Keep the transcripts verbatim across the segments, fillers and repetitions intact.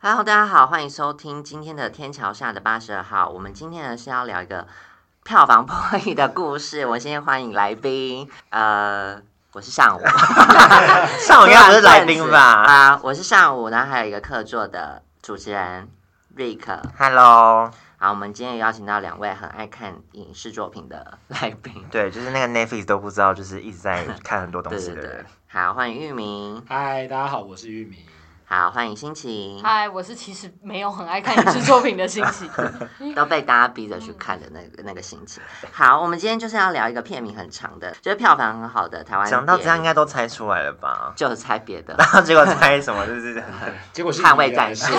Hello， 大家好，欢迎收听今天的天桥下的八十二号。我们今天呢是要聊一个票房破亿的故事。我先欢迎来宾，呃，我是上午， 上午应该不是来宾吧？ 啊，我是上午，然后还有一个客座的主持人 Rick。Hello。好，我们今天也邀请到两位很爱看影视作品的来宾。 对，就是那个 Netflix 都不知道，就是一直在看很多东西的人。 对对对，好，欢迎玉明。 嗨，大家好，我是玉明。 好，欢迎心情。 嗨，我是其实没有很爱看影视作品的心情， 都被大家逼着去看的那个那个心情。好，我们今天就是要聊一个片名很长的，就是票房很好的台湾。 讲到这样应该都猜出来了吧？ 就是猜别的， 然后结果猜什么？就是结果是捍卫战士。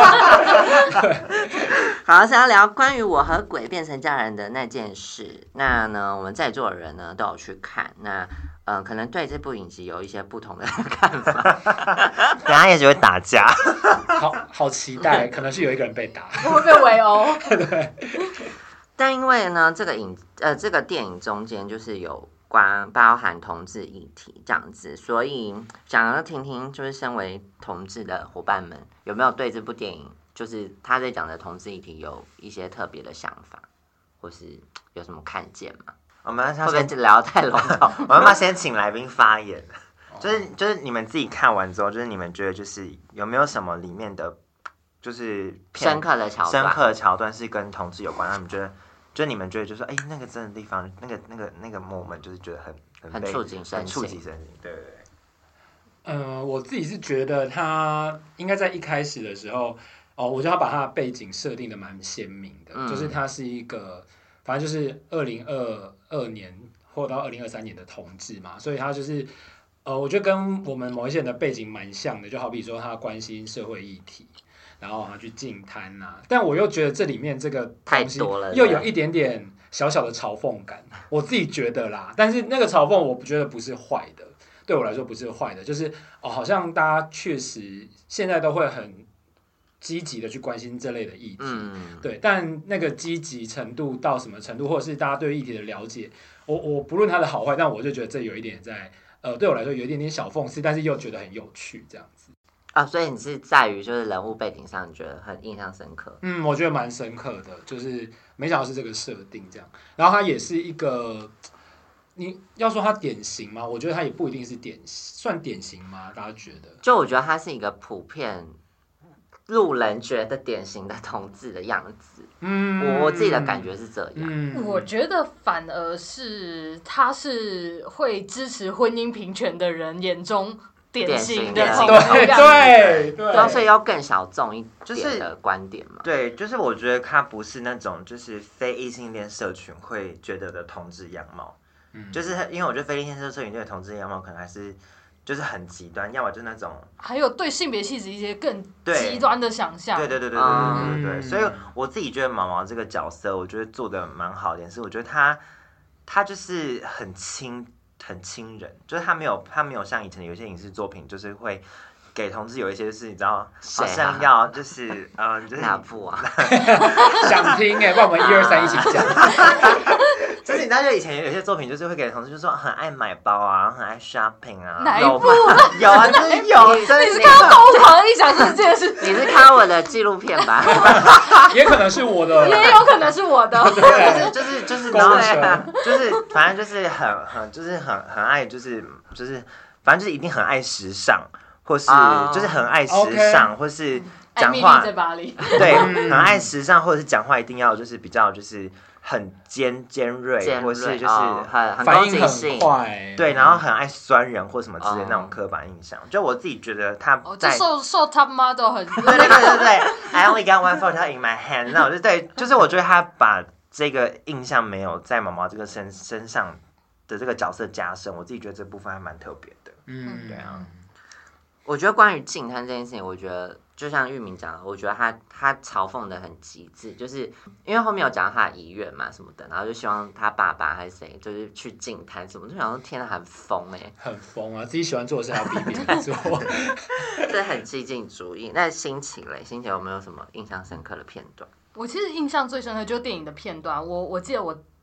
好，是要聊关于我和鬼变成家人的那件事。那呢，我们在座的人呢都有去看。那嗯、呃，可能对这部影集有一些不同的看法。 等下也只会打架。 好好期待，可能是有一个人被打， 我会被围殴。 对。 但因为呢，这个影呃这个电影中间就是有关包含同志议题这样子，所以想要听听，就是身为同志的伙伴们有没有对这部电影，就是他在讲的同志议题有一些特别的想法，或是有什么看见吗？ 我们要会不会聊太笼统？ 我们要先请来宾发言。就是就是你们自己看完之后，就是你们觉得就是有没有什么里面的，就是深刻的桥段， 深刻的桥段是跟同志有关？那你们觉得，就你们觉得就是哎、欸，那个真的地方，那个那个那个 moment 就是觉得很很很触景生情， 很触景生情，对对对。 呃，我自己是觉得他应该在一开始的时候，哦，我觉得他把他的背景设定的蛮鲜明的，嗯、就是他是一个，反正就是二零二二年或到二零二三年的同志嘛，所以他就是。呃，我觉得跟我们某一些人的背景蛮像的，就好比说他关心社会议题，然后他去净滩呐，但我又觉得这里面这个太多了， 又有一点点小小的嘲讽感，我自己觉得啦。但是那个嘲讽，我不觉得不是坏的，对我来说不是坏的，就是哦，好像大家确实现在都会很积极的去关心这类的议题，嗯、对，但那个积极程度到什么程度，或者是大家对议题的了解，我我不论它的好坏，但我就觉得这有一点在。呃，对我来说有一点点小讽刺，但是又觉得很有趣，这样子啊，所以你是在于就是人物背景上，你觉得很印象深刻？ 嗯，我觉得蛮深刻的，就是没想到是这个设定这样。然后它也是一个，你要说它典型吗？我觉得它也不一定是典，算典型吗？大家觉得？ 就我觉得它是一个普遍路人觉得典型的同志的样子。嗯，我我自己的感觉是这样。 嗯、我觉得反而是他是会支持婚姻平权的人眼中典型的同志样子， 对对对， 对，所以要更小众一点的观点嘛。 就是、对，就是我觉得他不是那种就是非异性恋社群会觉得的同志样貌，嗯、就是因为我觉得非异性恋社群对同志样貌可能还是。就是很极端，要么就是那种， 还有对性别气质一些更极端的想象。 对对对对对对对对、嗯、所以我自己觉得毛毛这个角色，我觉得做的蛮好的点是，我觉得他他就是很亲很亲人，就是他没有他没有像以前有一些影视作品，就是会给同志有一些就是你知道，好像要就是嗯就是哪部啊？ 想听哎、欸，不然我们一二三一起讲。 就是你知道，就以前有些作品就是会给同事就说很爱买包啊，很爱 shopping 啊， 哪一部？ 有啊，就是有。 你是看到购物狂一想是这件事？ 你是看我的纪录片吧？ 也可能是我的， 也有可能是我的。 就是就是就是，然后就是反正就是很很就是很很爱就是就是反正就是一定很爱时尚，或是就是很爱时尚， oh, okay. 或是讲话在巴黎， 对，很爱时尚，或者是讲话一定要就是比较就是。很尖尖锐， 尖或是就是很很反应很快， 对，然后很爱酸人或什么之类的那种刻板印象。就我自己觉得他在， 就受受 top model 很， 对对对对对 ，I only got one photo in my hand。那我就对，就是我觉得他把这个印象没有在毛毛这个身身上的这个角色加深，我自己觉得这部分还蛮特别的。嗯，对啊。 我觉得关于净滩这件事情，我觉得就像玉明讲的，我觉得他他嘲讽的很极致，就是因为后面有讲到他的遗愿嘛什么的，然后就希望他爸爸还是谁，就是去净滩什么，就想说天哪，很疯哎、欸， 很疯啊！自己喜欢做的事还要逼别人做， 这很激进主义。那心情嘞，心情有没有什么印象深刻的片段？ 我其实印象最深刻就是电影的片段，我我记得我。开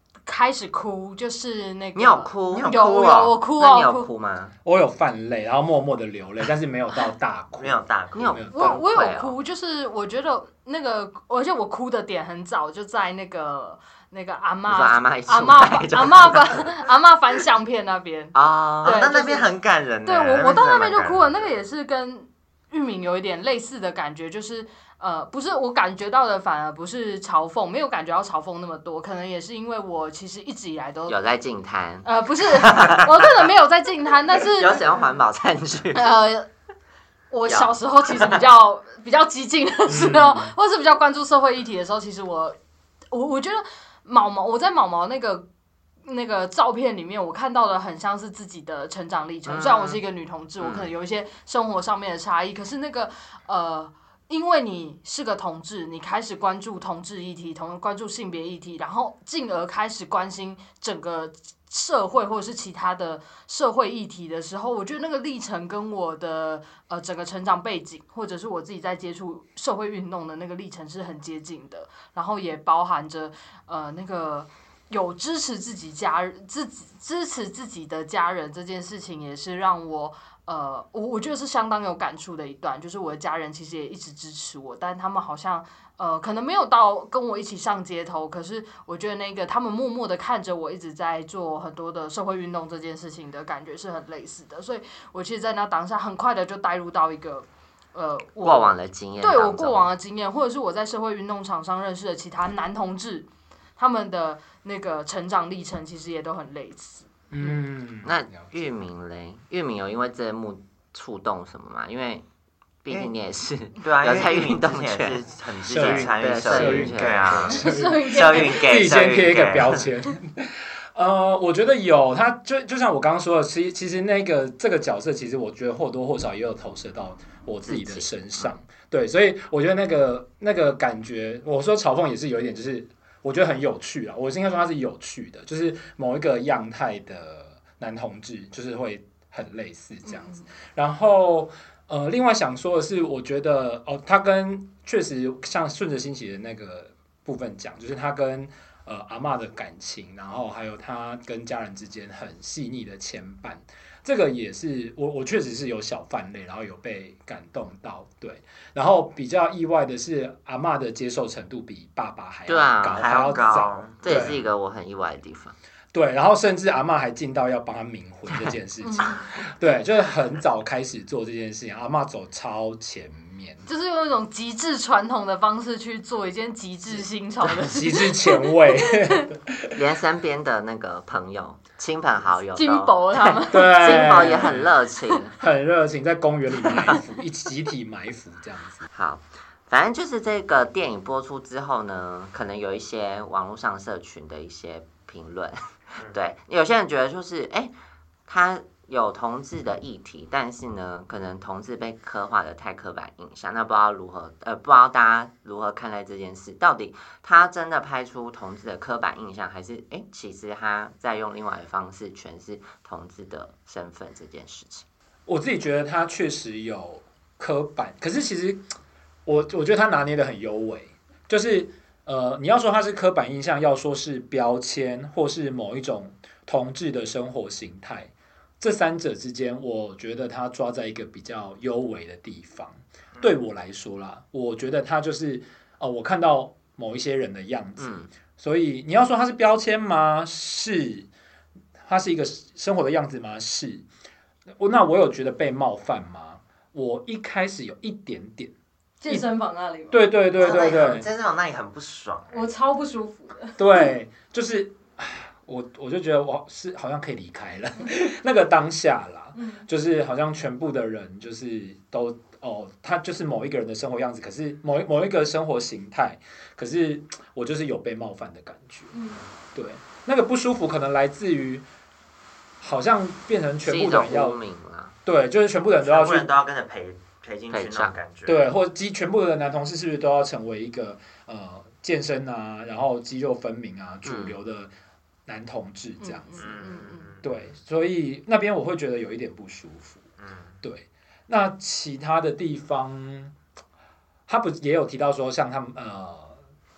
开始哭，就是那个你有哭？ 有有哭有我哭啊， 那你有我哭吗？ 我有泛泪，然后默默的流泪，但是没有到大哭， 没有大哭， 你有我我有崩溃哦哭，就是我觉得那个，而且我哭的点很早，就在那个那个阿你说嬷阿妈一起阿嬷拍就阿嬷翻阿嬷翻相片那边， 哦， 对那那边很感人。 对我我到那边就哭了，那个个也是跟玉敏有一点类似的感觉，就是呃，不是我感觉到的，反而不是嘲讽，没有感觉到嘲讽那么多，可能也是因为我其实一直以来都有在净滩， 呃不是，我可能没有在净滩，但是有使用环保餐具。 呃。我小时候其实比较比较激进的时候， 嗯或是比较关注社会议题的时候，其实我我我觉得毛毛我在毛毛那个那个照片里面，我看到的很像是自己的成长历程。 嗯虽然我是一个女同志， 嗯我可能有一些生活上面的差异，可是那个呃，因为你是个同志，你开始关注同志议题，同关注性别议题，然后进而开始关心整个社会或者是其他的社会议题的时候，我觉得那个历程跟我的呃整个成长背景，或者是我自己在接触社会运动的那个历程是很接近的，然后也包含着呃那个有支持自己家人、自己支持自己的家人这件事情，也是让我。呃，我我觉得是相当有感触的一段，就是我的家人其实也一直支持我，但他们好像呃可能没有到跟我一起上街头，可是我觉得那个他们默默的看着我一直在做很多的社会运动这件事情的感觉是很类似的，所以我其实，在那当下很快的就带入到一个呃我过往的经验， 对我过往的经验，或者是我在社会运动场上认识的其他男同志，他们的那个成长历程其实也都很类似。 嗯， 那玉明嘞，玉明有因为这一幕触动什么吗？因为毕竟你也是对啊， 有因为在运动之前圈也是很积极参与对社运， 社运圈对啊， 社运社运自给己先贴一个 gay 标签。呃，我觉得有，他就就像我刚刚说的，其其实那个这个角色，其实我觉得或多或少也有投射到我自己的身上。对，所以我觉得那个那个感觉，我说嘲讽也是有一点，就是我觉得很有趣啊。我是应该说它是有趣的，就是某一个样态的男同志，就是会很类似这样子。然后呃，另外想说的是，我觉得哦，他跟确实像顺着兴起的那个部分讲，就是他跟呃阿嬷的感情，然后还有他跟家人之间很细腻的牵绊，这个也是我我确实是有小泛泪，然后有被感动到，对。然后比较意外的是，阿嬷的接受程度比爸爸还要对啊高， 还要要高早， 这也是一个我很意外的地方。 对，然后甚至阿嬷还尽到要帮他冥婚这件事情，对，就是很早开始做这件事情，阿嬷走超前面， 就是用一种极致传统的方式去做一件极致新潮的事情。 极致前卫， 连身边的那个朋友、亲朋好友都， 金箔他们， 对， 金箔也很热情， 很热情，在公园里埋伏，一起集体埋伏这样子。 好。反正就是这个电影播出之后呢，可能有一些网络上社群的一些评论，对，有些人觉得就是，哎、欸，他有同志的议题，但是呢，可能同志被刻画的太刻板印象，那不知道如何，呃，不知道大家如何看待这件事？到底他真的拍出同志的刻板印象，还是哎、欸，其实他在用另外的方式诠释同志的身份这件事情？ 我自己觉得他确实有刻板，可是其实我我觉得他拿捏的很优美，就是呃，你要说他是刻板印象，要说是标签，或是某一种同志的生活形态，这三者之间，我觉得他抓在一个比较优美的地方。对我来说啦，我觉得他就是哦、呃，我看到某一些人的样子， 嗯、 所以你要说他是标签吗？是，他是一个生活的样子吗？是。那我有觉得被冒犯吗？我一开始有一点点。 健身房那里吗？ 对对对对对， 健身房那里很不爽， 我超不舒服的。 对，就是我我就觉得我是好像可以离开了，那个当下啦， 嗯、 就是好像全部的人就是都哦，他就是某一个人的生活样子，可是某某一个生活形态，可是我就是有被冒犯的感觉， 嗯、 对，那个不舒服可能来自于好像变成全部的人要，对，就是全部的人都要去， 全部人都要跟着陪。陪进去那种感觉， 对，或者肌全部的男同事是不是都要成为一个呃健身啊，然后肌肉分明啊，主流的男同志这样子？ 嗯嗯对，所以那边我会觉得有一点不舒服。 嗯， 对。那其他的地方，他不也有提到说，像他们呃，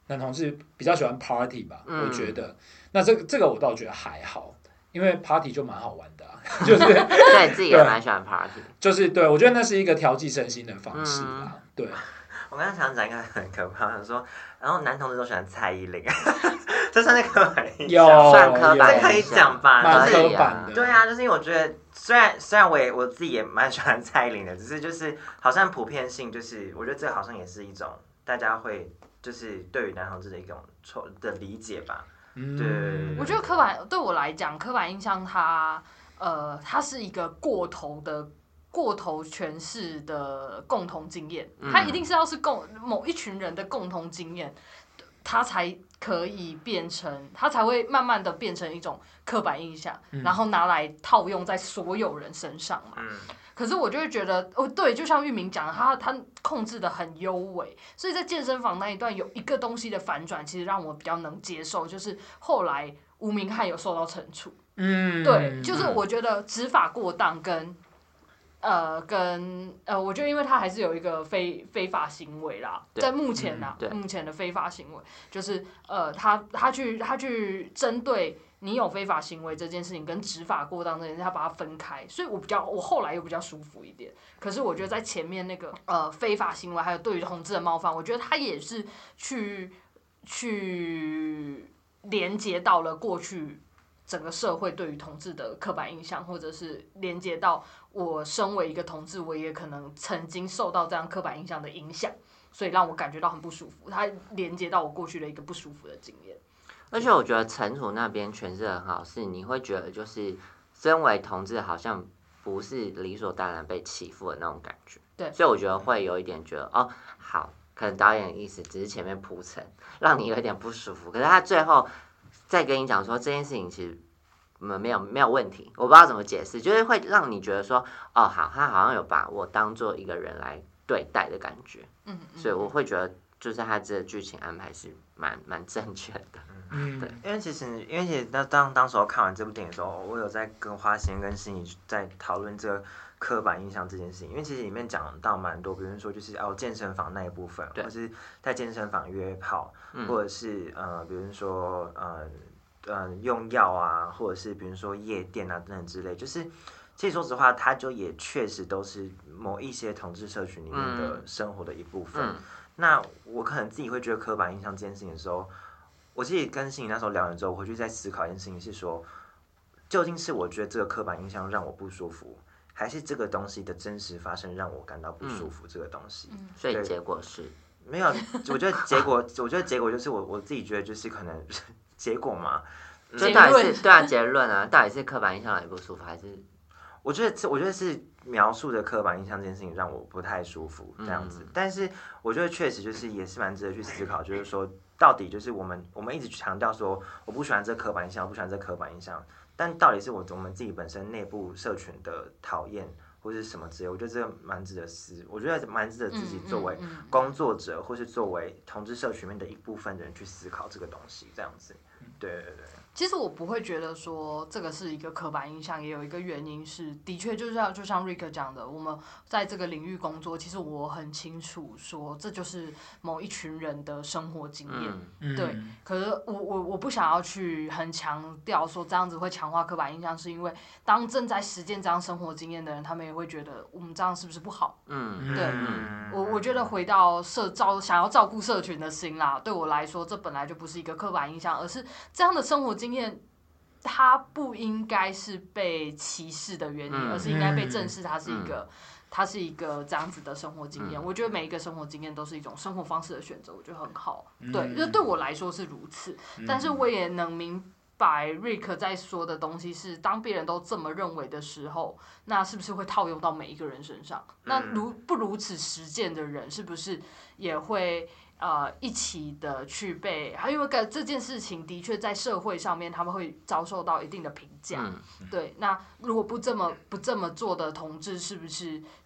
男同志比较喜欢 party 吧， 嗯、 我觉得。那这个这个我倒觉得还好，因为 party 就蛮好玩的、啊，就是对自己也蛮喜欢 party， 就是对我觉得那是一个调剂身心的方式啦，嗯、对。 我刚才想讲一个很可怕，想说，然后男同志都喜欢蔡依林，这算是刻板印象， 算刻板印象， 这可以讲吧？ 蛮刻板的。 对啊，就是因为我觉得，虽然虽然我也我自己也蛮喜欢蔡依林的，只是就是好像普遍性，就是我觉得这好像也是一种大家会就是对于男同志的一种错的理解吧。 嗯， 对， 我觉得刻板对我来讲，刻板印象它呃它是一个过头的。过头诠释的共同经验，它一定是要是共某一群人的共同经验，它才可以变成，它才会慢慢的变成一种刻板印象，嗯、然后拿来套用在所有人身上嘛。嗯、可是我就会觉得，哦，对，就像玉明讲，他他控制的很优美，所以在健身房那一段有一个东西的反转，其实让我比较能接受，就是后来吴明翰有受到惩处。嗯，对，就是我觉得执法过当跟。呃，跟呃，我觉得因为他还是有一个非非法行为啦，在目前啦，嗯、目前的非法行为就是呃，他他去他去针对你有非法行为这件事情跟执法过当这件事，他把它分开，所以我比较我后来又比较舒服一点。可是我觉得在前面那个呃非法行为还有对于同志的冒犯，我觉得他也是去去连接到了过去。整个社会对于同志的刻板印象，或者是连接到我身为一个同志，我也可能曾经受到这样刻板印象的影响，所以让我感觉到很不舒服。它连接到我过去的一个不舒服的经验。 而且我觉得惩处那边诠释很好，是你会觉得就是身为同志好像不是理所当然被欺负的那种感觉。 对， 所以我觉得会有一点觉得哦，好，可能导演的意思只是前面铺陈，让你有点不舒服，可是他最后。再跟你讲说这件事情其实没有没有问题，我不知道怎么解释，就是会让你觉得说哦好，他好像有把我当做一个人来对待的感觉，嗯，所以我会觉得就是他这个剧情安排是蛮蛮正确的，嗯，对， 因为其实因为其实当当当时候看完这部电影的时候，我有在跟花仙跟心怡在讨论这个刻板印象这件事情，因为其实里面讲到蛮多，比如说就是哦健身房那一部分，或是在健身房约炮，嗯、或者是呃比如说呃呃用药啊，或者是比如说夜店啊等等之类，就是其实说实话，它就也确实都是某一些同志社群里面的生活的一部分。嗯、那我可能自己会觉得刻板印象这件事情的时候，我自己跟心怡那时候聊完之后，我回去在思考一件事情是说，究竟是我觉得这个刻板印象让我不舒服。还是这个东西的真实发生让我感到不舒服，这个东西， 嗯、所以结果是没有。我觉得结果，我觉得结果就是我我自己觉得就是可能结果嘛， 就到底是对啊结论啊，到底是刻板印象让你不舒服，还是我觉得我觉得是描述的刻板印象这件事情让我不太舒服这样子。嗯、但是我觉得确实就是也是蛮值得去思考，就是说到底就是我们我们一直强调说我不喜欢这刻板印象，我不喜欢这刻板印象。但到底是我我们自己本身内部社群的讨厌或是什么之类，我觉得这个蛮值得思，我觉得蛮值得自己作为工作者或是作为同志社群面的一部分人去思考这个东西，这样子。对对对。 其实我不会觉得说这个是一个刻板印象，也有一个原因是，的确就像就像 Rick 讲的，我们在这个领域工作，其实我很清楚说这就是某一群人的生活经验，嗯、对。可是我我我不想要去很强调说这样子会强化刻板印象，是因为当正在实践这样生活经验的人，他们也会觉得我们这样是不是不好？嗯，对。嗯、我我觉得回到社照想要照顾社群的心啦，对我来说，这本来就不是一个刻板印象，而是这样的生活经验。经验，它不应该是被歧视的原因，嗯、而是应该被正视。它是一个，嗯、它是一个这样子的生活经验。嗯、我觉得每一个生活经验都是一种生活方式的选择，我觉得很好。嗯、对，就对我来说是如此。嗯、但是我也能明白 Rick 在说的东西是，当别人都这么认为的时候，那是不是会套用到每一个人身上？嗯、那如不如此实践的人，是不是也会？呃，一起的去被，还有一个这件事情的确在社会上面他们会遭受到一定的评价，嗯、对。那如果不这么不这么做的同志，是不是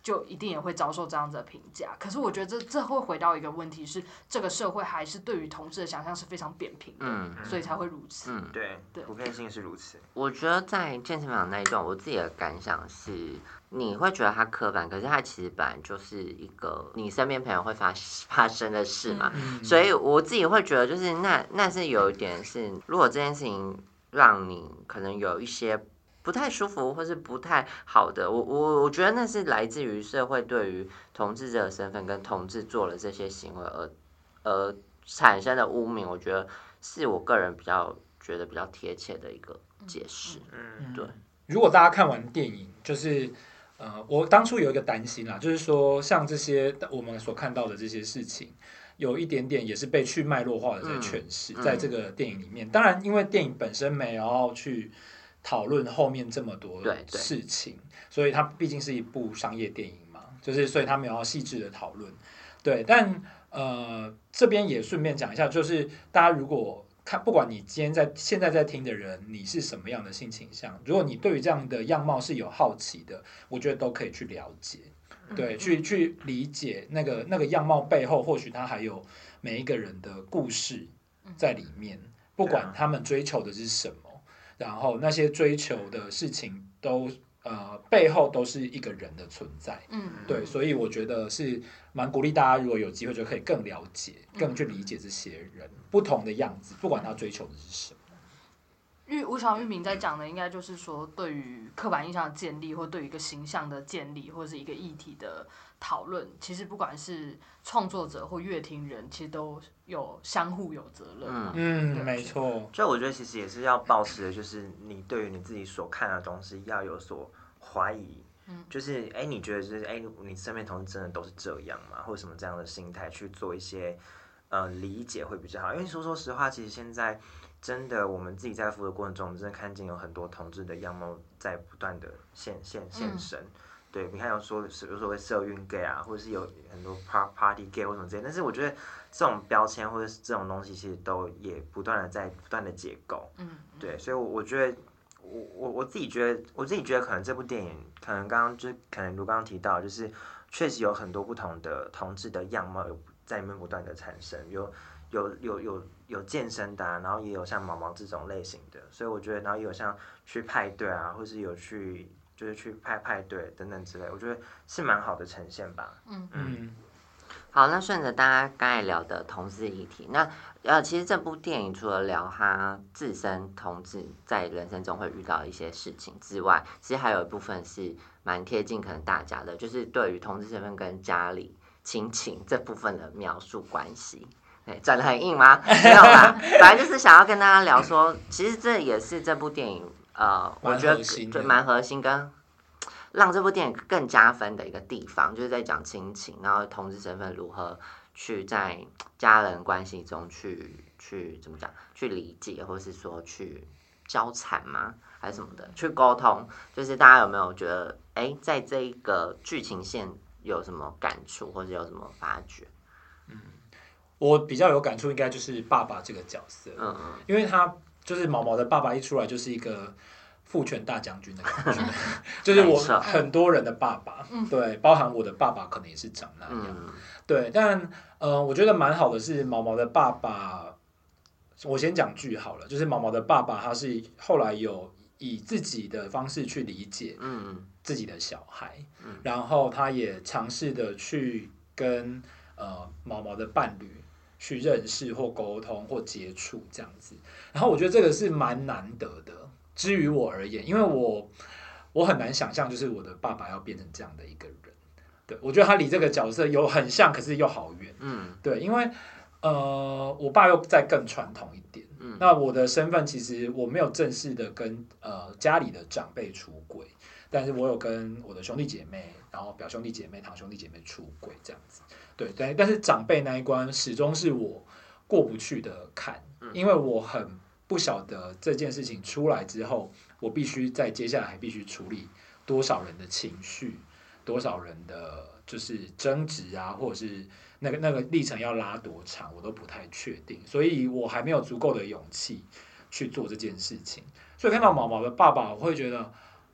就一定也会遭受这样子的评价。可是我觉得这这会回到一个问题是，这个社会还是对于同志的想象是非常扁平的， 嗯， 所以才会如此。 嗯， 对， 对普遍性是如此。 我觉得在健身房那一段，我自己的感想是，你会觉得它刻板，可是它其实本来就是一个你身边朋友会发发生的事嘛。 嗯、 所以我自己会觉得，就是那那是有一点是，如果这件事情让你可能有一些不太舒服或是不太好的，我我我觉得那是来自于社会对于同志者的身份跟同志做了这些行为而而产生的污名，我觉得是我个人比较觉得比较贴切的一个解释。 嗯， 对。 如果大家看完电影，就是呃，我当初有一个担心啦，就是说像这些我们所看到的这些事情，有一点点也是被去脉络化的在诠释， 嗯、 在这个电影里面。当然，因为电影本身没有要去讨论后面这么多事情，所以它毕竟是一部商业电影嘛，就是所以它没有要细致的讨论。对，但呃，这边也顺便讲一下，就是大家如果看，不管你今天在现在在听的人，你是什么样的性倾向，如果你对于这样的样貌是有好奇的，我觉得都可以去了解，对，去去理解那个那个样貌背后，或许他还有每一个人的故事在里面，不管他们追求的是什么，然后那些追求的事情都呃背后都是一个人的存在， 嗯， 对，所以我觉得是蛮鼓励大家，如果有机会就可以更了解、更去理解这些人不同的样子，不管他追求的是什么。 玉吴小玉明在讲的，应该就是说，对于刻板印象的建立，或对于一个形象的建立，或者是一个议题的讨论，其实不管是创作者或乐听人，其实都有相互有责任。 嗯，嗯没错。 就我觉得其实也是要抱持的，就是你对于你自己所看的东西要有所怀疑。嗯、就是哎，你觉得就是哎，你身边同事真的都是这样吗？或者什么这样的心态去做一些呃理解会比较好。因为说说实话，其实现在真的我们自己在服务的过程中，我们真的看见有很多同志的样貌在不断的现现现身。嗯、对，你看有说有所谓社运 gay 啊，或者是有很多 party gay 或什么之类，但是我觉得这种标签或者是这种东西，其实都也不断的在不断的解构。嗯，对，所以我我觉得。我我我自己觉得，我自己觉得可能这部电影，可能刚刚就可能如刚刚提到，就是确实有很多不同的同志的样貌有在里面不断的产生，有有有有有健身的、啊，然后也有像毛毛这种类型的，所以我觉得，然后也有像去派对啊，或是有去就是去派派对等等之类，我觉得是蛮好的呈现吧。嗯嗯。 好，那顺着大家刚才聊的同志议题，那呃，其实这部电影除了聊他自身同志在人生中会遇到一些事情之外，其实还有一部分是蛮贴近可能大家的，就是对于同志身份跟家里亲情这部分的描述关系。对，转得很硬吗？没有啦，反正就是想要跟大家聊说，其实这也是这部电影呃，我觉得对蛮核心跟。让这部电影更加分的一个地方，就是在讲亲情，然后同志身份如何去在家人关系中去去怎么讲，去理解，或是说去交缠吗，还是什么的，去沟通。就是大家有没有觉得，哎，在这一个剧情线有什么感触，或者有什么发掘？ 嗯，我比较有感触，应该就是爸爸这个角色，嗯嗯，因为他就是毛毛的爸爸一出来就是一个。父权大将军的感觉，就是我很多人的爸爸，对，包含我的爸爸可能也是长那样，嗯、对，但呃，我觉得蛮好的是毛毛的爸爸，我先讲句好了，就是毛毛的爸爸他是后来有以自己的方式去理解自己的小孩，嗯、然后他也尝试的去跟呃毛毛的伴侣去认识或沟通或接触这样子，然后我觉得这个是蛮难得的。至于我而言，因为我我很难想象，就是我的爸爸要变成这样的一个人。对，我觉得他离这个角色有很像，可是又好远。嗯，对，因为呃，我爸又再更传统一点。嗯，那我的身份其实我没有正式的跟呃家里的长辈出柜，但是我有跟我的兄弟姐妹，然后表兄弟姐妹、堂兄弟姐妹出柜这样子。对对，但是长辈那一关始终是我过不去的坎，因为我很。不晓得这件事情出来之后，我必须在接下来还必须处理多少人的情绪，多少人的就是争执啊，或者是那个那个历程要拉多长，我都不太确定，所以我还没有足够的勇气去做这件事情。所以看到毛毛的爸爸，我会觉得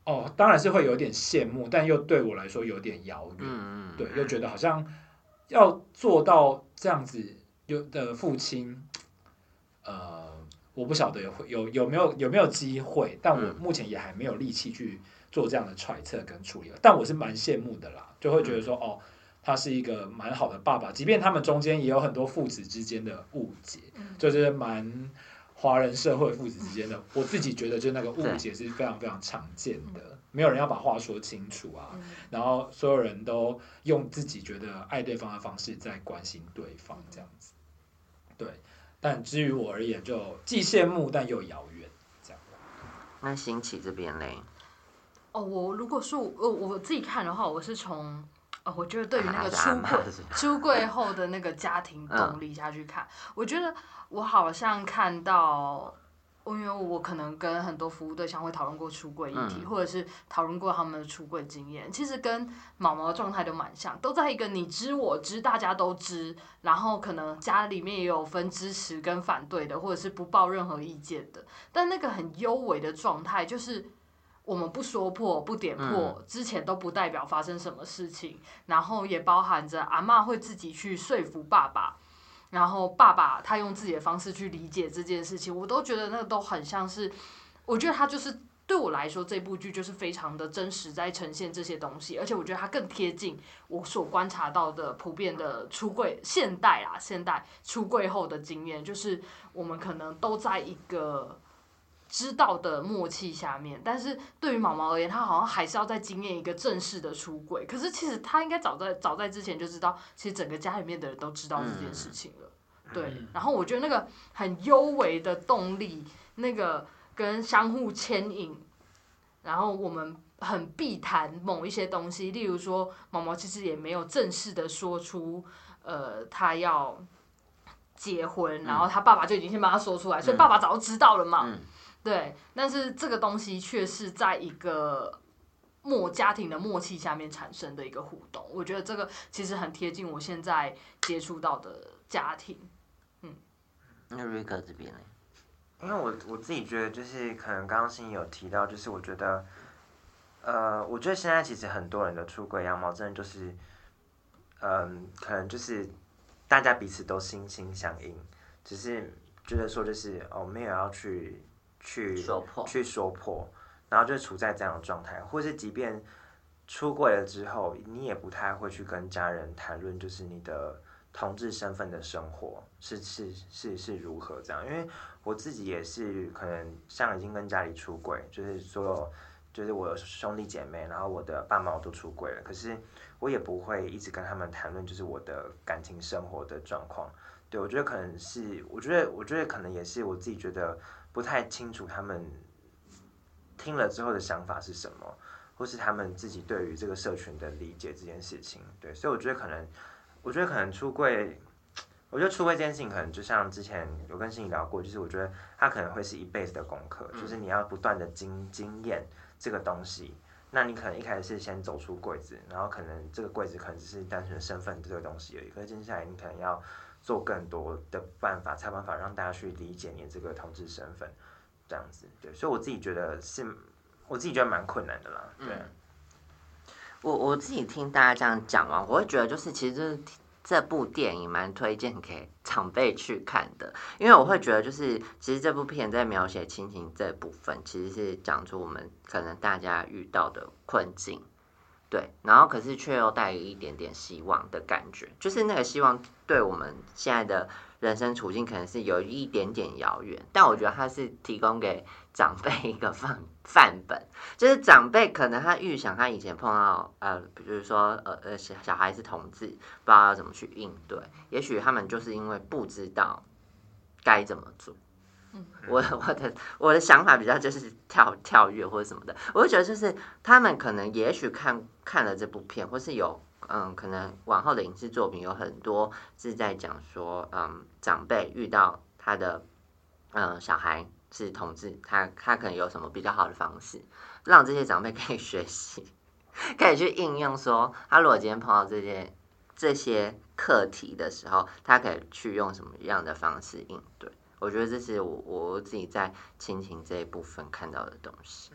哦，当然是会有点羡慕，但又对我来说有点遥远。 嗯嗯， 对，又觉得好像要做到这样子有的父亲，呃，我不晓得有有有没有有没有机会，但我目前也还没有力气去做这样的揣测跟处理。但我是蛮羡慕的啦，就会觉得说，哦，他是一个蛮好的爸爸，即便他们中间也有很多父子之间的误解，就是蛮华人社会父子之间的，我自己觉得就那个误解是非常非常常见的，没有人要把话说清楚啊，然后所有人都用自己觉得爱对方的方式在关心对方这样子，对。但至于我而言，就既羡慕但又遥远，这样。 那新奇这边嘞？ 哦，我如果是我我自己看的话，我是从呃，我觉得对于那个出柜出柜后的那个家庭动力下去看，嗯、我觉得我好像看到。因为我可能跟很多服务对象会讨论过出柜议题，嗯、或者是讨论过他们的出柜经验，其实跟毛毛的状态都蛮像，都在一个你知我知，大家都知，然后可能家里面也有分支持跟反对的，或者是不抱任何意见的，但那个很幽微的状态，就是我们不说破、不点破，嗯、之前都不代表发生什么事情，然后也包含着阿嬷会自己去说服爸爸。然后爸爸他用自己的方式去理解这件事情，我都觉得那个都很像是，我觉得他就是对我来说这部剧就是非常的真实在呈现这些东西，而且我觉得它更贴近我所观察到的普遍的出柜现代啦，现代出柜后的经验，就是我们可能都在一个知道的默契下面，但是对于毛毛而言，他好像还是要再经验一个正式的出柜。可是其实他应该早在早在之前就知道，其实整个家里面的人都知道这件事情了。嗯、对，然后我觉得那个很幽微的动力，那个跟相互牵引，然后我们很避谈某一些东西，例如说毛毛其实也没有正式的说出，呃，他要结婚，然后他爸爸就已经先帮他说出来，嗯、所以爸爸早就知道了嘛。嗯对，但是这个东西却是在一个默家庭的默契下面产生的一个互动，我觉得这个其实很贴近我现在接触到的家庭。嗯， 那瑞克这边呢？ 因为我我自己觉得，就是可能刚刚欣怡有提到，就是我觉得，呃，我觉得现在其实很多人的出轨样貌，真的就是，嗯，可能就是大家彼此都心心相印，只是觉得说就是哦，没有要去。去说破， 去说破，然后就处在这样的状态，或是即便出柜了之后，你也不太会去跟家人谈论，就是你的同志身份的生活是是是是如何这样。因为我自己也是可能像已经跟家里出柜，就是所有就是我有兄弟姐妹，然后我的爸妈我都出柜了，可是我也不会一直跟他们谈论就是我的感情生活的状况。对，我觉得可能是，我觉得我觉得可能也是我自己觉得。不太清楚他们听了之后的想法是什么，或是他们自己对于这个社群的理解这件事情。对，所以我觉得可能，我觉得可能出柜，我觉得出柜这件事情可能就像之前有跟欣怡聊过，就是我觉得它可能会是一辈子的功课，就是你要不断的经经验这个东西。那你可能一开始是先走出柜子，然后可能这个柜子可能只是单纯的身份这个东西而已，可是接下来你可能要。做更多的办法，才有办法让大家去理解你这个同志身份，这样子，对，所以我自己觉得是，我自己觉得蛮困难的啦，对、啊。 嗯、我我自己听大家这样讲完，我会觉得就是其实这部电影蛮推荐给长辈去看的，因为我会觉得就是其实这部片在描写亲情这部分，其实是讲出我们可能大家遇到的困境。对，然后可是却又带有一点点希望的感觉，就是那个希望对我们现在的人生处境可能是有一点点遥远，但我觉得它是提供给长辈一个范范本，就是长辈可能他预想他以前碰到呃，比如说呃呃小小孩是同志，不知道要怎么去应对，也许他们就是因为不知道该怎么做。我我的我的想法比较就是跳跳跃或者什么的，我就觉得就是他们可能也许看看了这部片，或是有嗯可能往后的影视作品有很多是在讲说嗯长辈遇到他的嗯小孩是同志，他他可能有什么比较好的方式，让这些长辈可以学习，可以去应用说他如果今天碰到这些这些课题的时候，他可以去用什么样的方式应对。我觉得这是我我自己在亲情这一部分看到的东西。 嗯，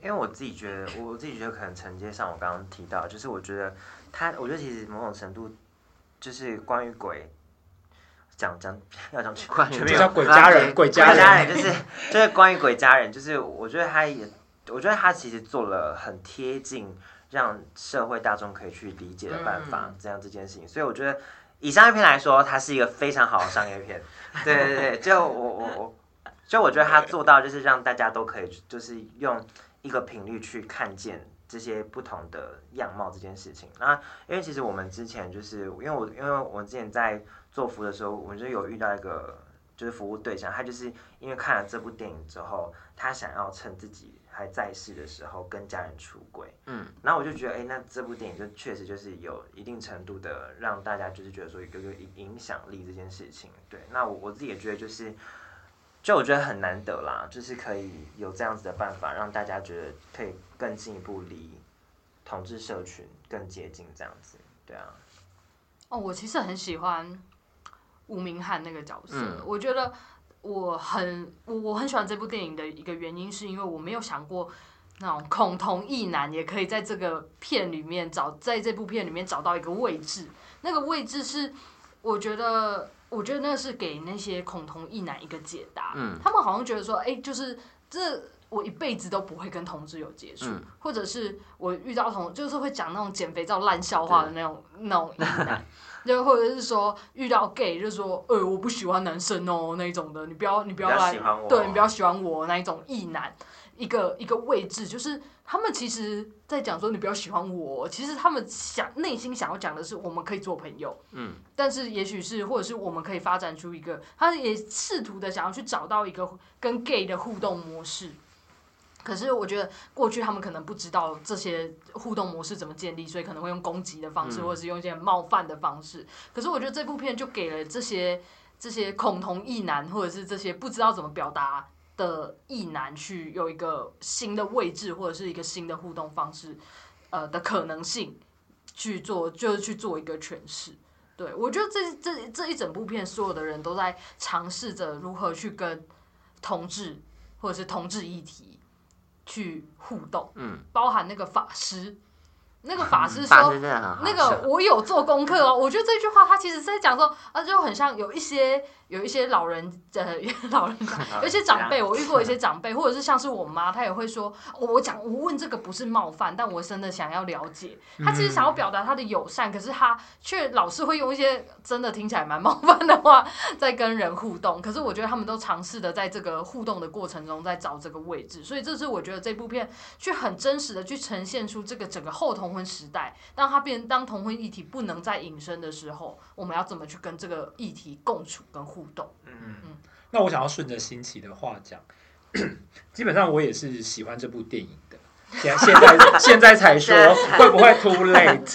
因为我自己觉得，我自己觉得可能承接上我刚刚提到，就是我觉得他，我觉得其实某种程度就是关于鬼。讲讲要讲关于就叫鬼家人，鬼家人就是就是关于鬼家人，就是我觉得他也，我觉得他其实做了很贴近让社会大众可以去理解的办法，嗯、这样这件事情，所以我觉得以商业片来说，它是一个非常好的商业片。对对对，就我我我，就我觉得他做到就是让大家都可以就是用一个频率去看见这些不同的样貌这件事情。那因为其实我们之前就是因为我因为我之前在做服务的时候，我们就有遇到一个就是服务对象，他就是因为看了这部电影之后，他想要趁自己还在世的时候跟家人出轨。嗯，然后我就觉得，哎、欸，那这部电影就确实就是有一定程度的让大家就是觉得说有有影响力这件事情。对，那我我自己也觉得就是，就我觉得很难得啦，就是可以有这样子的办法，让大家觉得可以更进一步离同志社群更接近这样子。对啊。 哦，我其实很喜欢吴明翰那个角色，嗯、我觉得我很我我很喜欢这部电影的一个原因，是因为我没有想过那种恐同异男也可以在这个片里面找，在这部片里面找到一个位置，那个位置是我觉得我觉得那是给那些恐同异男一个解答，嗯、他们好像觉得说，哎、欸，就是这。我一辈子都不会跟同志有接触，嗯、或者是我遇到同就是会讲那种减肥照烂笑话的那种那种异男，就或者是说遇到 gay 就说，呃、欸，我不喜欢男生哦那一种的，你不要你不要来，对你不要喜欢我那一种异男，一个一个位置，就是他们其实在讲说你不要喜欢我，其实他们想内心想要讲的是我们可以做朋友，嗯，但是也许是或者是我们可以发展出一个，他也试图的想要去找到一个跟 gay 的互动模式。可是我觉得过去他们可能不知道这些互动模式怎么建立，所以可能会用攻击的方式，嗯、或者是用一些冒犯的方式。可是我觉得这部片就给了这些这些恐同异男，或者是这些不知道怎么表达的异男，去有一个新的位置，或者是一个新的互动方式，呃的可能性去做，就是去做一个诠释。对，我觉得这这这一整部片，所有的人都在尝试着如何去跟同志或者是同志议题去互动，嗯，包含那个法师，那个法师说， 法师真的很好那个我有做功课哦。我觉得这句话他其实是在讲说，啊，就很像有一些有一些老人，呃，老人家，有一些长辈，我遇过一些长辈，或者是像是我妈，她也会说，哦、我讲我问这个不是冒犯，但我真的想要了解。他其实想要表达他的友善，可是他却老是会用一些真的听起来蛮冒犯的话在跟人互动。可是我觉得他们都尝试的在这个互动的过程中在找这个位置，所以这是我觉得这部片去很真实的去呈现出这个整个后同婚时代，当它变当同婚议题不能再隐身的时候，我们要怎么去跟这个议题共处跟互动。嗯嗯，那我想要顺着新奇的话讲，基本上我也是喜欢这部电影的。现现在现在才说会不会 too late？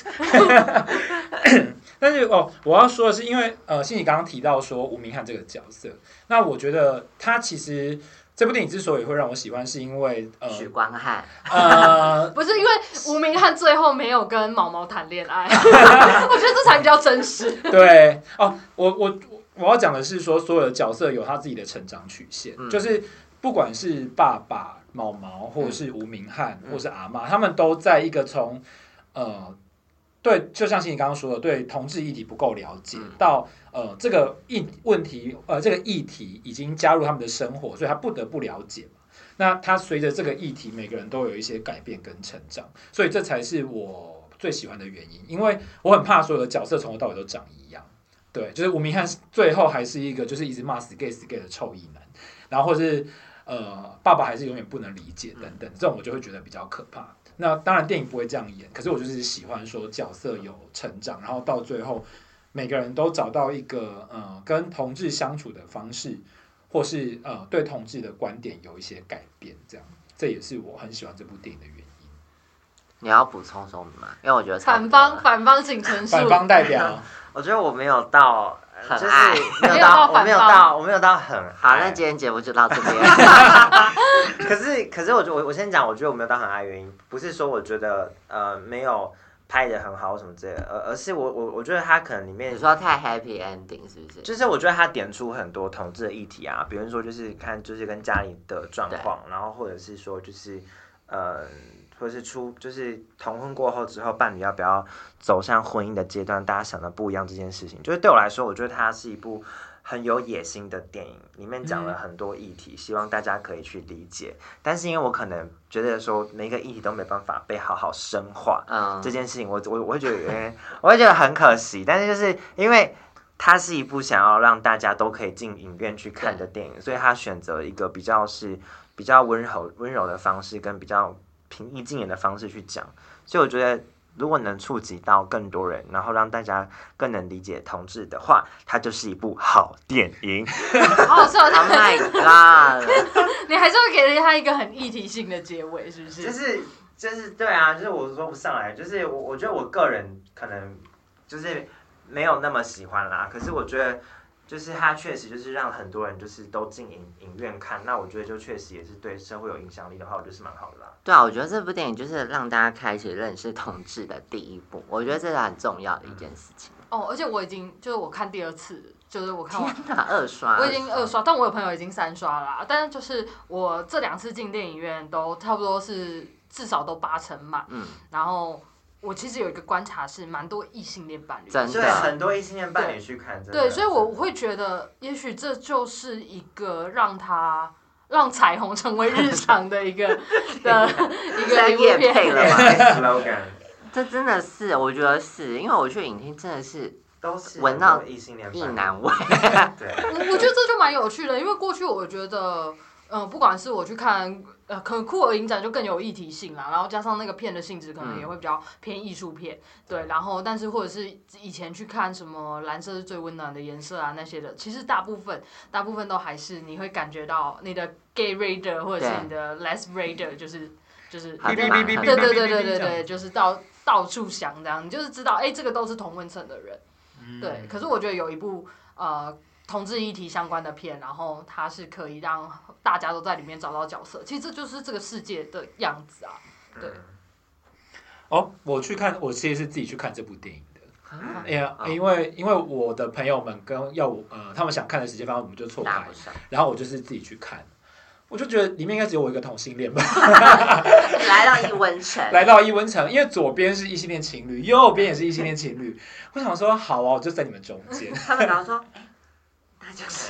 但是哦，我要说的是，因为呃，欣怡刚刚提到说吴明翰这个角色，那我觉得他其实这部电影之所以会让我喜欢，是因为呃， 许光汉， 呃， 不是因为吴明翰最后没有跟毛毛谈恋爱，我觉得这才比较真实。 对哦，我我我要讲的是说，所有的角色有他自己的成长曲线，嗯、就是不管是爸爸毛毛，或者是吴明翰，嗯、或者是阿嬷，他们都在一个从呃。对，就像欣怡刚刚说的，对同志议题不够了解，嗯、到呃这个议问题，呃这个议题已经加入他们的生活，所以他不得不了解嘛。那他随着这个议题，每个人都有一些改变跟成长，所以这才是我最喜欢的原因。因为我很怕所有的角色从头到尾都长一样，对，就是吴明翰最后还是一个就是一直骂死 gay 死 gay 的臭异男，然后或是呃爸爸还是永远不能理解等等，这种我就会觉得比较可怕。那当然电影不会这样演，可是我就是喜欢说角色有成长，然后到最后每个人都找到一个呃跟同志相处的方式，或是呃对同志的观点有一些改变，这样这也是我很喜欢这部电影的原因。 你要补充什么吗？因为我觉得反方反方请陈述。 反方代表， 我觉得我没有到。 很爱， 没有到，我没有到，我没有到很爱。 好，那今天节目就到这边。 可是，可是我我我先讲，我觉得我没有到很爱的原因，不是说我觉得呃没有拍得很好什么之类的，而而是我我我觉得他可能里面你说太 happy ending 是不是？ 就是我觉得他点出很多同志的议题啊，比如说就是看就是跟家里的状况，然后或者是说就是呃。或是出就是同婚过后之后，伴侣要不要走向婚姻的阶段，大家想的不一样这件事情，就是对我来说，我觉得它是一部很有野心的电影，里面讲了很多议题，嗯、希望大家可以去理解。但是因为我可能觉得说每个议题都没办法被好好深化，嗯，这件事情我我我会觉得有点，我会觉得很可惜。但是就是因为它是一部想要让大家都可以进影院去看的电影，所以他选择一个比较是比较温柔温柔的方式，跟比较平易近人的方式去讲，所以我觉得如果能触及到更多人，然后让大家更能理解同志的话，它就是一部好电影。 好好笑 ！Oh my god！ 你还是会给了他一个很议题性的结尾，是不是？ 就是就是对啊，就是我说不上来，就是我我觉得我个人可能就是没有那么喜欢啦，可是我觉得。就是它确实就是让很多人就是都进影影院看，那我觉得就确实也是对社会有影响力的话，我觉得是蛮好的啦。 对啊，我觉得这部电影就是让大家开启认识同志的第一步，我觉得这是很重要的一件事情。 哦，而且我已经就是我看第二次，就是我看完二刷， 我已经二刷，但我有朋友已经三刷啦。但是就是我这两次进电影院都差不多是至少都八成满，嗯，然后。我其实有一个观察是，蛮多异性恋伴侣， 真的，很多异性恋伴侣去看，真的对，所以我会觉得，也许这就是一个让他让彩虹成为日常的一个的一个一部片了吧 slogan， 这真的是，我觉得是因为我去影厅真的是都是闻到异性恋异男味， 对， 我我觉得这就蛮有趣的，因为过去我觉得。呃，不管是我去看，呃，可能酷儿影展就更有议题性啦，然后加上那个片的性质可能也会比较偏艺术片，嗯、对，然后但是或者是以前去看什么蓝色是最温暖的颜色啊那些的，其实大部分大部分都还是你会感觉到你的 gay reader 或者是你的 les reader 就是就是对对对对对对对，就是到到处想这样，你就是知道哎、欸、这个都是同温层的人，嗯、对，可是我觉得有一部呃。同志议题相关的片，然后它是可以让大家都在里面找到角色，其实这就是这个世界的样子啊。对。 哦，我去看，我其实是自己去看这部电影的。哎呀、嗯，因为因为我的朋友们跟要我呃，他们想看的时间，反正我们就错开，然后我就是自己去看。我就觉得里面应该只有我一个同性恋吧。 来到异温城， 来到异温城，因为左边是异性恋情侣，右边也是异性恋情侣。我想说，好哦，我就在你们中间。 他们然后说。他就是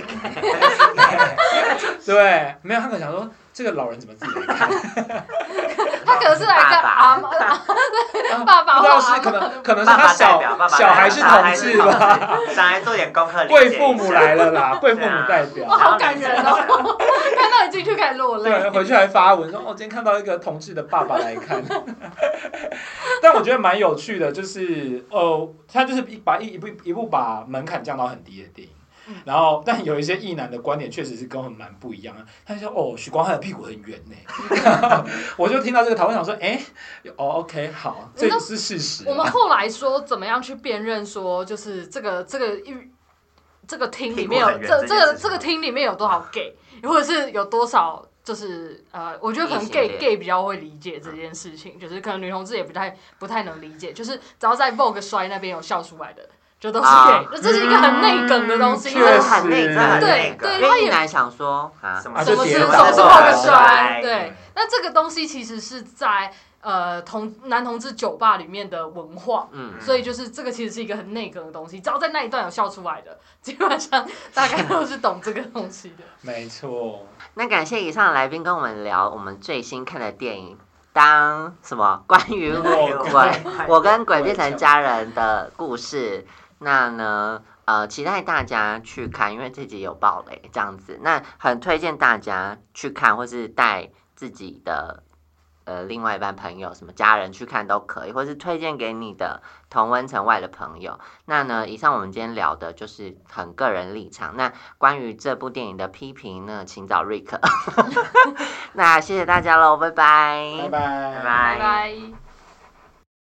对，没有他可能想说这个老人怎么自己来看？ 他可能是来看阿妈，爸爸， 不知道是可能可能是他小小孩是同志吧？ 小孩做点功课， 贵父母来了啦，贵父母代表， 好感人哦！看到你进去开始落泪， 对，回去还发文说哦，今天看到一个同志的爸爸来看。但我觉得蛮有趣的，就是呃，他就是一把一一部一部把门槛降到很低的电影。然后，但有一些异男的观点确实是跟我们蛮不一样的。他就说：“哦，许光汉的屁股很圆呢。”我就听到这个讨论，想说：“哎，哦 ，OK， 好，这是事实。” 我们后来说怎么样去辨认说，就是这个这个这个厅里面有这这个这个厅里面有多少 gay， 或者是有多少就是呃，我觉得可能 gay gay 比较会理解这件事情，就是可能女同志也不太不太能理解，就是只要在 Vogue 摔那边有笑出来的。就都是 gay， 这是一个很内梗的东西， 确实很内梗， 对对， 他也来想说啊， 什么什么是什么是 Vogue 摔，对，那这个东西其实是在呃同男同志酒吧里面的文化，嗯，所以就是这个其实是一个很内梗的东西，只要在那一段有笑出来的，基本上大概都是懂这个东西的。 没错。 那感谢以上的来宾跟我们聊我们最新看的电影。当什么关于我鬼，我跟鬼变成家人的故事，那呢，呃，期待大家去看，因为这集有爆雷这样子，那很推荐大家去看，或是带自己的呃另外一半朋友、什么家人去看都可以，或是推荐给你的同温层外的朋友。那呢，以上我们今天聊的就是很个人立场。那关于这部电影的批评呢，请找瑞克。那谢谢大家喽，拜拜， 拜拜， 拜拜拜。